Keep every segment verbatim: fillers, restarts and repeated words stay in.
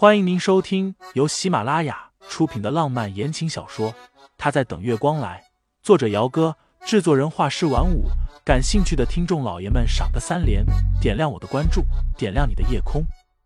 欢迎您收听由喜马拉雅出品的浪漫言情小说《他在等月光来》，作者姚哥，制作人画师晚舞。感兴趣的听众老爷们赏个三连，点亮我的关注，点亮你的夜空。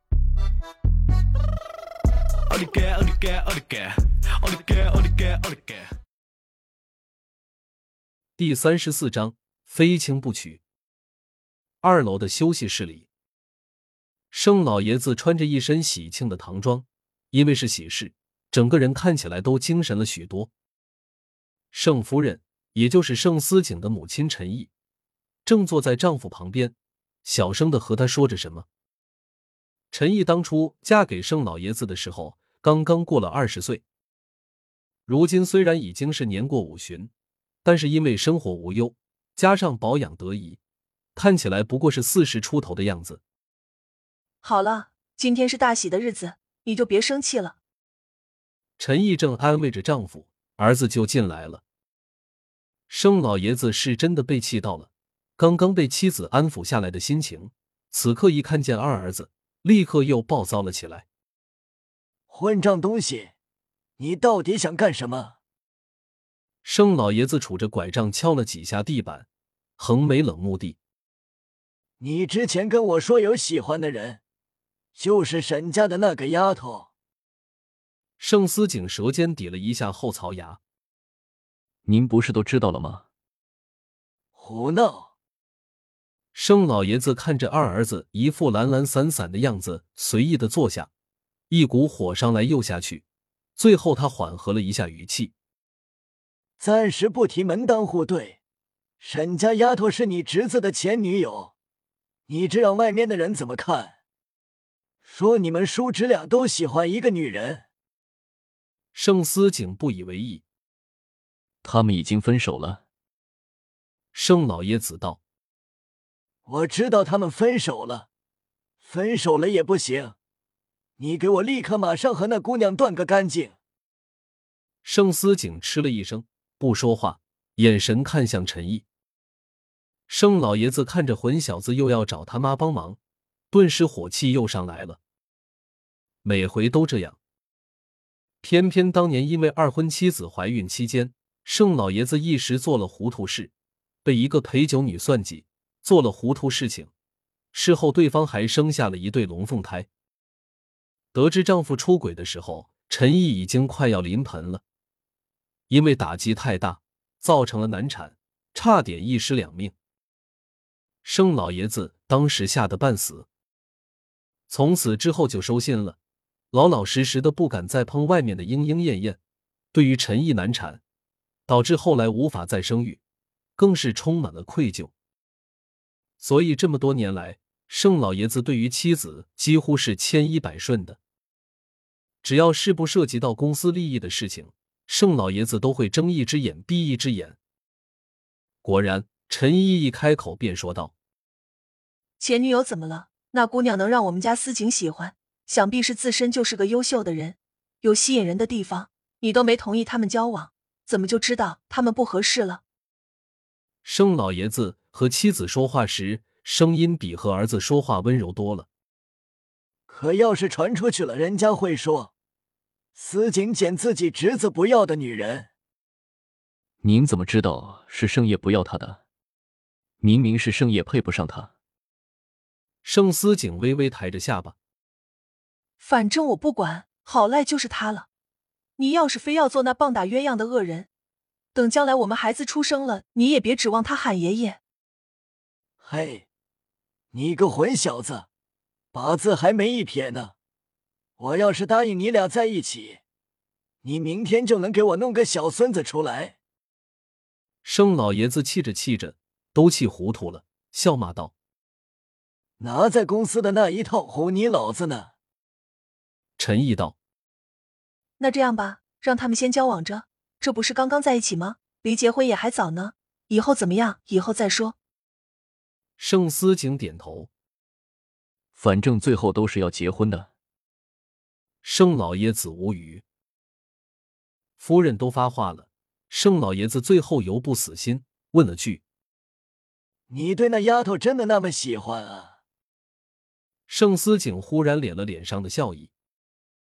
第三十四章，非亲不娶。二楼的休息室里，盛老爷子穿着一身喜庆的唐装，因为是喜事，整个人看起来都精神了许多。盛夫人，也就是盛思景的母亲陈毅，正坐在丈夫旁边，小声地和他说着什么。陈毅当初嫁给盛老爷子的时候，刚刚过了二十岁，如今虽然已经是年过五旬，但是因为生活无忧，加上保养得宜，看起来不过是四十出头的样子。 好了，今天是大喜的日子，你就别生气了。 陈毅正安慰着丈夫，儿子就进来了。盛老爷子是真的被气到了，刚刚被妻子安抚下来的心情，此刻一看见二儿子，立刻又暴躁了起来。 混账东西，你到底想干什么？ 盛老爷子杵着拐杖敲了几下地板，横眉冷目地。 你之前跟我说有喜欢的人，就是沈家的那个丫头。 盛思景舌尖抵了一下后槽牙。 您不是都知道了吗？ 胡闹！ 盛老爷子看着二儿子一副懒懒散散的样子，随意的坐下，一股火上来又下去，最后他缓和了一下语气。 暂时不提门当户对，沈家丫头是你侄子的前女友，你这让外面的人怎么看？说你们叔侄俩都喜欢一个女人。 盛思景不以为意。 他们已经分手了。 盛老爷子道。 我知道他们分手了，分手了也不行，你给我立刻马上和那姑娘断个干净。 盛思景吃了一声，不说话，眼神看向陈毅。盛老爷子看着混小子又要找他妈帮忙，顿时火气又上来了。每回都这样。偏偏当年因为二婚妻子怀孕期间，盛老爷子一时做了糊涂事，被一个陪酒女算计，做了糊涂事情，事后对方还生下了一对龙凤胎。得知丈夫出轨的时候，陈毅已经快要临盆了，因为打击太大，造成了难产，差点一尸两命。盛老爷子当时吓得半死，从此之后就收心了，老老实实的不敢再碰外面的莺莺燕燕。对于陈毅难产，导致后来无法再生育，更是充满了愧疚。所以这么多年来，盛老爷子对于妻子几乎是千依百顺的。只要是不涉及到公司利益的事情，盛老爷子都会睁一只眼闭一只眼。果然，陈毅一开口便说道： 前女友怎么了？那姑娘能让我们家思景喜欢，想必是自身就是个优秀的人，有吸引人的地方，你都没同意他们交往，怎么就知道他们不合适了？ 盛老爷子和妻子说话时，声音比和儿子说话温柔多了。 可要是传出去了，人家会说思景捡自己侄子不要的女人。 您怎么知道是盛业不要她的？明明是盛业配不上她。 盛思景微微抬着下巴。 反正我不管，好赖就是他了。你要是非要做那棒打鸳鸯的恶人，等将来我们孩子出生了，你也别指望他喊爷爷。 嘿，你个混小子，八字还没一撇呢。我要是答应你俩在一起，你明天就能给我弄个小孙子出来。 盛老爷子气着气着，都气糊涂了，笑骂道： 拿在公司的那一套唬你老子呢。 陈毅道： 那这样吧，让他们先交往着，这不是刚刚在一起吗？离结婚也还早呢，以后怎么样，以后再说。 盛思景点头。 反正最后都是要结婚的。 盛老爷子无语。夫人都发话了，盛老爷子最后犹不死心，问了句： 你对那丫头真的那么喜欢啊？ 盛思景忽然敛了脸上的笑意。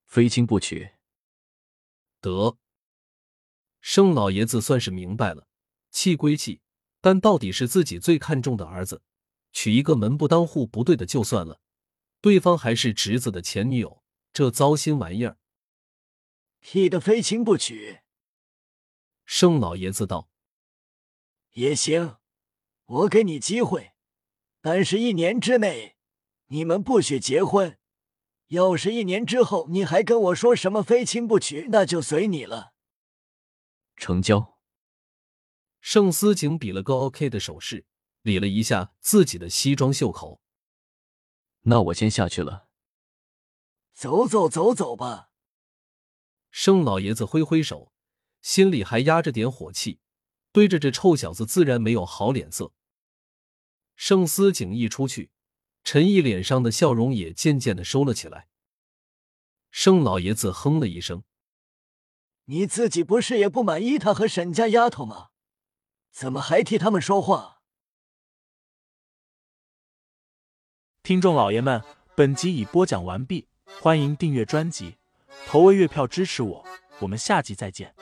非亲不娶。 得，盛老爷子算是明白了，气归气，但到底是自己最看重的儿子，娶一个门不当户不对的就算了，对方还是侄子的前女友，这糟心玩意儿。 批的非亲不娶。 盛老爷子道： 也行，我给你机会，但是一年之内你们不许结婚。要是一年之后你还跟我说什么非亲不娶，那就随你了。 成交。 盛思景比了个 OK 的手势，理了一下自己的西装袖口。 那我先下去了。 走走走走吧。 盛老爷子挥挥手，心里还压着点火气，对着这臭小子自然没有好脸色。盛思景一出去，陈毅脸上的笑容也渐渐的收了起来。盛老爷子哼了一声： 你自己不是也不满意他和沈家丫头吗？怎么还替他们说话？ 听众老爷们，本集已播讲完毕，欢迎订阅专辑，投喂月票支持我，我们下集再见。